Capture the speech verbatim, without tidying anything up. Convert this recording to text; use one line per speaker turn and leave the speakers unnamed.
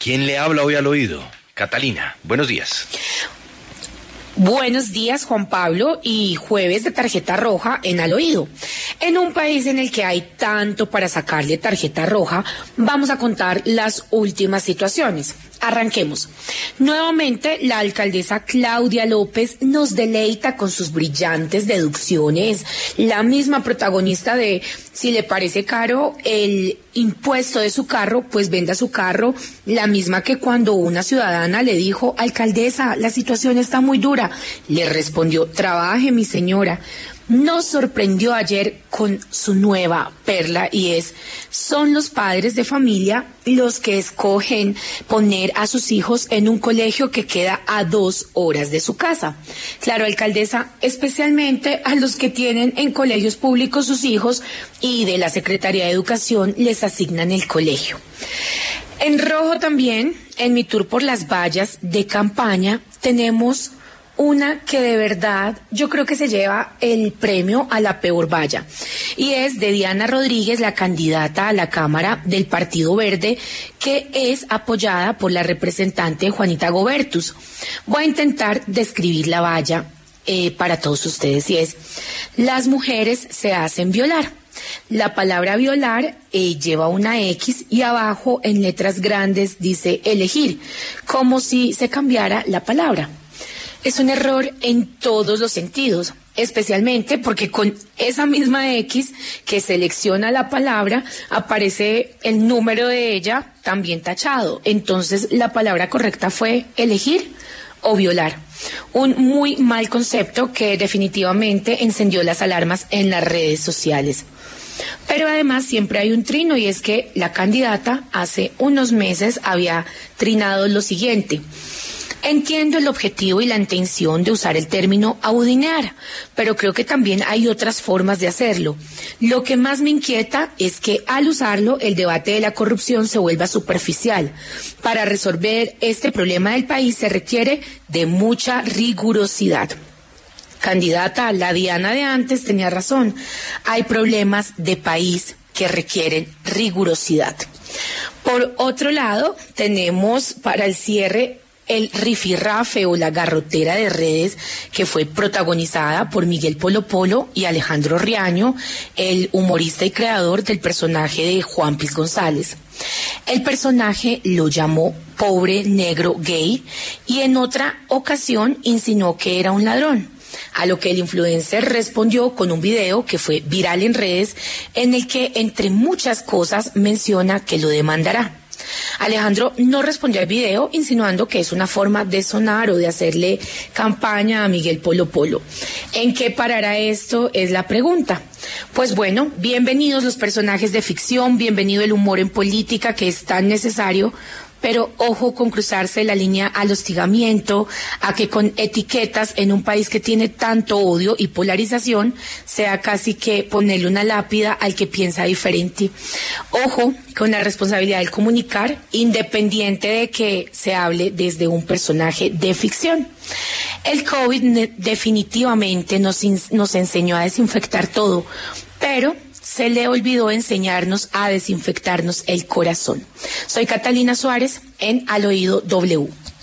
¿Quién le habla hoy al oído? Catalina, buenos días.
Buenos días, Juan Pablo, y jueves de tarjeta roja en Al Oído. En un país en el que hay tanto para sacarle tarjeta roja, vamos a contar las últimas situaciones. Arranquemos. Nuevamente, la alcaldesa Claudia López nos deleita con sus brillantes deducciones. La misma protagonista de si le parece caro el impuesto de su carro, pues venda su carro. La misma que cuando una ciudadana le dijo, alcaldesa, la situación está muy dura, le respondió, trabaje, mi señora. Nos sorprendió ayer con su nueva perla y es, son los padres de familia los que escogen poner a sus hijos en un colegio que queda a dos horas de su casa. Claro, alcaldesa, especialmente a los que tienen en colegios públicos sus hijos y de la Secretaría de Educación les asignan el colegio. En rojo también, en mi tour por las vallas de campaña, tenemos una que de verdad yo creo que se lleva el premio a la peor valla y es de Diana Rodríguez, la candidata a la Cámara del Partido Verde, que es apoyada por la representante Juanita Gobertus. Voy a intentar describir la valla eh, para todos ustedes y es, las mujeres se hacen violar. La palabra violar eh, lleva una X y abajo en letras grandes dice elegir, como si se cambiara la palabra. Es un error en todos los sentidos, especialmente porque con esa misma X que selecciona la palabra aparece el número de ella también tachado. Entonces la palabra correcta fue elegir o violar. Un muy mal concepto que definitivamente encendió las alarmas en las redes sociales. Pero además siempre hay un trino y es que la candidata hace unos meses había trinado lo siguiente. Entiendo el objetivo y la intención de usar el término abudinear, pero creo que también hay otras formas de hacerlo. Lo que más me inquieta es que al usarlo el debate de la corrupción se vuelva superficial. Para resolver este problema del país se requiere de mucha rigurosidad. Candidata, la Diana de antes tenía razón. Hay problemas de país que requieren rigurosidad. Por otro lado, tenemos para el cierre el rifirrafe o la garrotera de redes que fue protagonizada por Miguel Polo Polo y Alejandro Riaño, el humorista y creador del personaje de Juan Piz González. El personaje lo llamó pobre negro gay y en otra ocasión insinuó que era un ladrón, a lo que el influencer respondió con un video que fue viral en redes en el que entre muchas cosas menciona que lo demandará. Alejandro no respondió al video insinuando que es una forma de sonar o de hacerle campaña a Miguel Polo Polo. ¿En qué parará esto? Es la pregunta. Pues bueno, bienvenidos los personajes de ficción, bienvenido el humor en política que es tan necesario, pero ojo con cruzarse la línea al hostigamiento, a que con etiquetas en un país que tiene tanto odio y polarización sea casi que ponerle una lápida al que piensa diferente. Ojo con la responsabilidad del comunicar, independiente de que se hable desde un personaje de ficción. El COVID definitivamente nos, nos enseñó a desinfectar todo, pero se le olvidó enseñarnos a desinfectarnos el corazón. Soy Catalina Suárez en Al Oído W.